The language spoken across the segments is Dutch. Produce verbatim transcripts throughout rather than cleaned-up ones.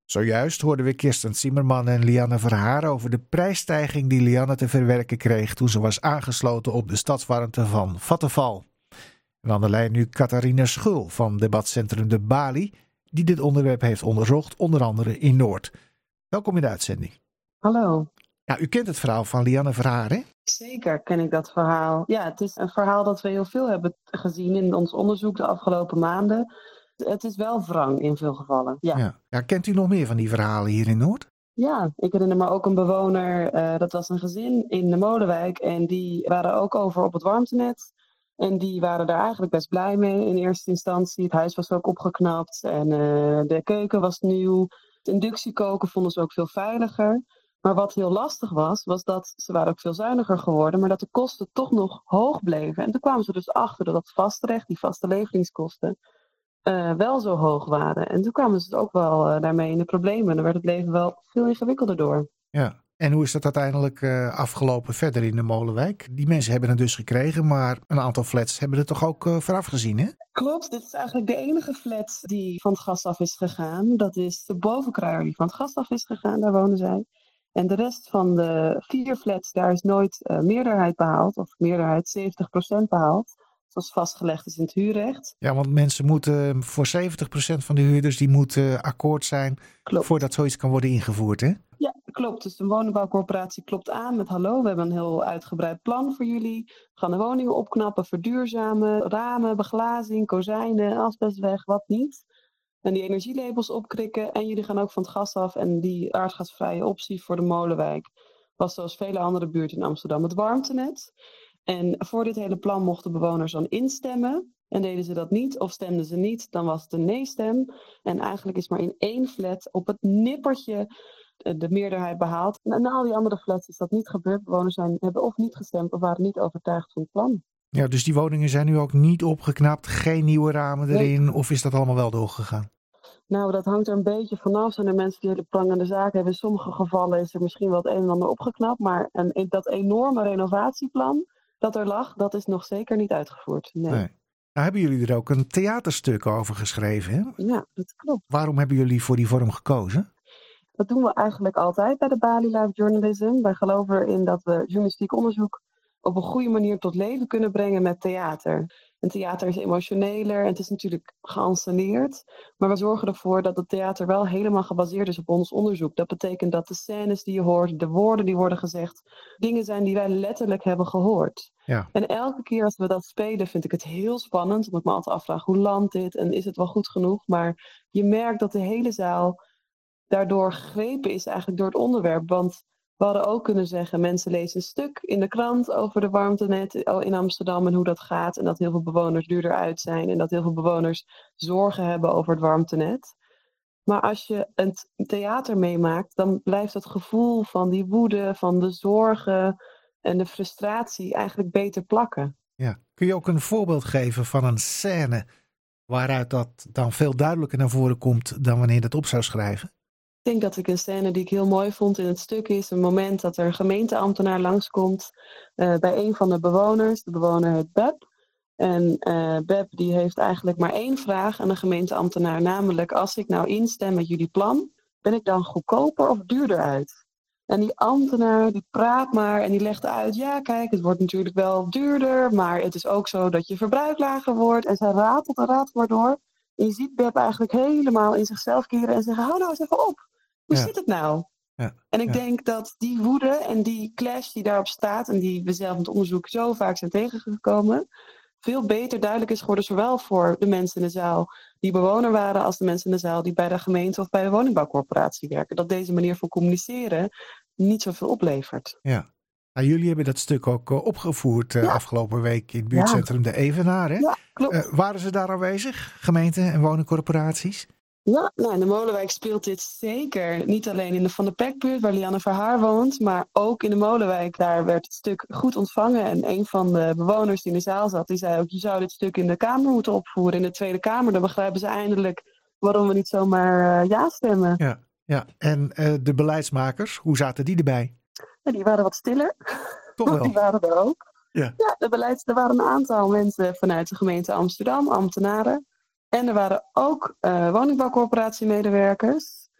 Zojuist hoorden we Kirsten Zimmerman en Lianne Verhaar over de prijsstijging die Lianne te verwerken kreeg toen ze was aangesloten op de stadswarmte van Vattenfall. En aan de lijn nu Catharina Schul van debatcentrum De Balie, die dit onderwerp heeft onderzocht, onder andere in Noord. Welkom in de uitzending. Hallo. Ja, u kent het verhaal van Lianne Verhaar, hè? Zeker ken ik dat verhaal. Ja, het is een verhaal dat we heel veel hebben gezien in ons onderzoek de afgelopen maanden. Het is wel wrang in veel gevallen, ja. Ja. Ja, kent u nog meer van die verhalen hier in Noord? Ja, ik herinner me ook een bewoner, uh, dat was een gezin in de Molenwijk en die waren ook over op het warmtenet. En die waren daar eigenlijk best blij mee in eerste instantie. Het huis was ook opgeknapt en uh, de keuken was nieuw. Het inductiekoken vonden ze ook veel veiliger. Maar wat heel lastig was, was dat ze waren ook veel zuiniger geworden, maar dat de kosten toch nog hoog bleven. En toen kwamen ze dus achter dat dat vastrecht, die vaste leveringskosten, uh, wel zo hoog waren. En toen kwamen ze dus ook wel uh, daarmee in de problemen. En dan werd het leven wel veel ingewikkelder door. Ja, en hoe is dat uiteindelijk uh, afgelopen verder in de Molenwijk? Die mensen hebben het dus gekregen, maar een aantal flats hebben er toch ook uh, vooraf gezien, hè? Klopt, dit is eigenlijk de enige flat die van het gas af is gegaan. Dat is de bovenkruier die van het gas af is gegaan, daar wonen zij. En de rest van de vier flats, daar is nooit uh, meerderheid behaald, of meerderheid zeventig procent behaald. Zoals vastgelegd is in het huurrecht. Ja, want mensen moeten voor zeventig procent van de huurders, die moeten akkoord zijn. Klopt. Voordat zoiets kan worden ingevoerd, hè? Ja, klopt. Dus de woningbouwcorporatie klopt aan met hallo, we hebben een heel uitgebreid plan voor jullie. We gaan de woningen opknappen, verduurzamen, ramen, beglazing, kozijnen, asbest weg, wat niet. En die energielabels opkrikken en jullie gaan ook van het gas af. En die aardgasvrije optie voor de Molenwijk was zoals vele andere buurten in Amsterdam het warmtenet. En voor dit hele plan mochten bewoners dan instemmen. En deden ze dat niet of stemden ze niet, dan was het een nee-stem. En eigenlijk is maar in één flat op het nippertje de meerderheid behaald. En in al die andere flats is dat niet gebeurd. Bewoners zijn, hebben of niet gestemd of waren niet overtuigd van het plan. Ja, dus die woningen zijn nu ook niet opgeknapt, geen nieuwe ramen erin, nee. Of is dat allemaal wel doorgegaan? Nou, dat hangt er een beetje vanaf. Zijn er mensen die hele prangende zaken hebben. In sommige gevallen is er misschien wel het een en ander opgeknapt. Maar een, dat enorme renovatieplan dat er lag, dat is nog zeker niet uitgevoerd. Nee. nee. Nou hebben jullie er ook een theaterstuk over geschreven, hè? Ja, dat klopt. Waarom hebben jullie voor die vorm gekozen? Dat doen we eigenlijk altijd bij de Balie Live Journalism. Wij geloven erin dat we journalistiek onderzoek op een goede manier tot leven kunnen brengen met theater. En theater is emotioneler en het is natuurlijk geanceneerd. Maar we zorgen ervoor dat het theater wel helemaal gebaseerd is op ons onderzoek. Dat betekent dat de scènes die je hoort, de woorden die worden gezegd, dingen zijn die wij letterlijk hebben gehoord. Ja. En elke keer als we dat spelen vind ik het heel spannend. Omdat ik me altijd afvraag, hoe landt dit en is het wel goed genoeg? Maar je merkt dat de hele zaal daardoor gegrepen is eigenlijk door het onderwerp. Want we hadden ook kunnen zeggen, mensen lezen een stuk in de krant over de warmtenet in Amsterdam en hoe dat gaat. En dat heel veel bewoners duurder uit zijn en dat heel veel bewoners zorgen hebben over het warmtenet. Maar als je het theater meemaakt, dan blijft het gevoel van die woede, van de zorgen en de frustratie eigenlijk beter plakken. Ja. Kun je ook een voorbeeld geven van een scène waaruit dat dan veel duidelijker naar voren komt dan wanneer je dat op zou schrijven? Ik denk dat ik een scène die ik heel mooi vond in het stuk is een moment dat er een gemeenteambtenaar langskomt uh, bij een van de bewoners. De bewoner heet Beb. En uh, Beb die heeft eigenlijk maar één vraag aan de gemeenteambtenaar, namelijk als ik nou instem met jullie plan, ben ik dan goedkoper of duurder uit? En die ambtenaar die praat maar en die legt uit, ja kijk, het wordt natuurlijk wel duurder, maar het is ook zo dat je verbruik lager wordt. En zij ratelt en ratelt maar door. En je ziet Beb eigenlijk helemaal in zichzelf keren en zeggen, hou nou eens even op. Hoe ja. zit het nou? Ja. En ik ja. denk dat die woede en die clash die daarop staat en die we zelf in het onderzoek zo vaak zijn tegengekomen, veel beter duidelijk is geworden, zowel voor de mensen in de zaal die bewoner waren, als de mensen in de zaal die bij de gemeente of bij de woningbouwcorporatie werken. Dat deze manier van communiceren niet zoveel oplevert. Ja. Nou, jullie hebben dat stuk ook uh, opgevoerd uh, ja. afgelopen week in het buurtcentrum ja. De Evenaar. Hè? Ja, klopt. Uh, waren ze daar aanwezig, gemeenten en woningcorporaties? Ja, nou, in de Molenwijk speelt dit zeker. Niet alleen in de Van der Pekbuurt, waar Lianne Verhaar woont, maar ook in de Molenwijk. Daar werd het stuk goed ontvangen. En een van de bewoners die in de zaal zat, die zei ook, je zou dit stuk in de Kamer moeten opvoeren. In de Tweede Kamer, dan begrijpen ze eindelijk waarom we niet zomaar uh, ja stemmen. Ja, ja. En uh, de beleidsmakers, hoe zaten die erbij? Ja, die waren wat stiller. Toch wel? Die waren er ook. Ja, ja de beleids, er waren een aantal mensen vanuit de gemeente Amsterdam, ambtenaren. En er waren ook uh, woningbouwcorporatiemedewerkers.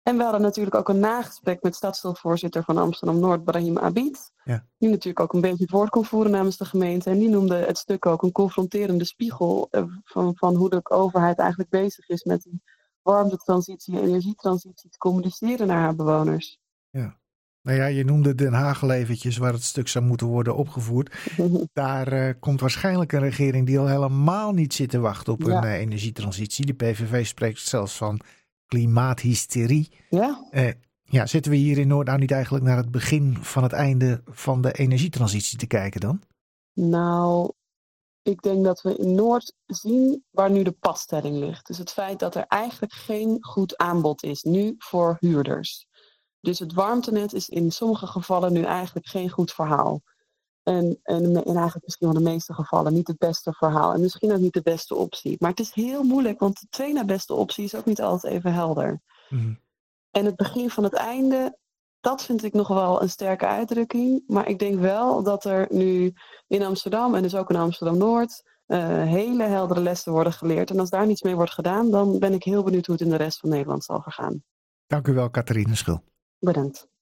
En we hadden natuurlijk ook een nagesprek met stadsdeelvoorzitter van Amsterdam-Noord, Brahim Abid. Ja. Die natuurlijk ook een beetje het woord kon voeren namens de gemeente. En die noemde het stuk ook een confronterende spiegel uh, van, van hoe de overheid eigenlijk bezig is met die warmtetransitie en energietransitie te communiceren naar haar bewoners. Ja. Nou ja, je noemde Den Haag al eventjes waar het stuk zou moeten worden opgevoerd. Daar uh, komt waarschijnlijk een regering die al helemaal niet zit te wachten op ja. een uh, energietransitie. De P V V spreekt zelfs van klimaathysterie. Ja. Uh, ja, zitten we hier in Noord nou niet eigenlijk naar het begin van het einde van de energietransitie te kijken dan? Nou, ik denk dat we in Noord zien waar nu de padstelling ligt. Dus het feit dat er eigenlijk geen goed aanbod is nu voor huurders. Dus het warmtenet is in sommige gevallen nu eigenlijk geen goed verhaal. En, en, en eigenlijk misschien wel de meeste gevallen niet het beste verhaal. En misschien ook niet de beste optie. Maar het is heel moeilijk, want de twee na beste optie is ook niet altijd even helder. Mm-hmm. En het begin van het einde, dat vind ik nog wel een sterke uitdrukking. Maar ik denk wel dat er nu in Amsterdam en dus ook in Amsterdam-Noord Uh, hele heldere lessen worden geleerd. En als daar niets mee wordt gedaan, dan ben ik heel benieuwd hoe het in de rest van Nederland zal vergaan. Dank u wel, Catharine Schul. Bedankt.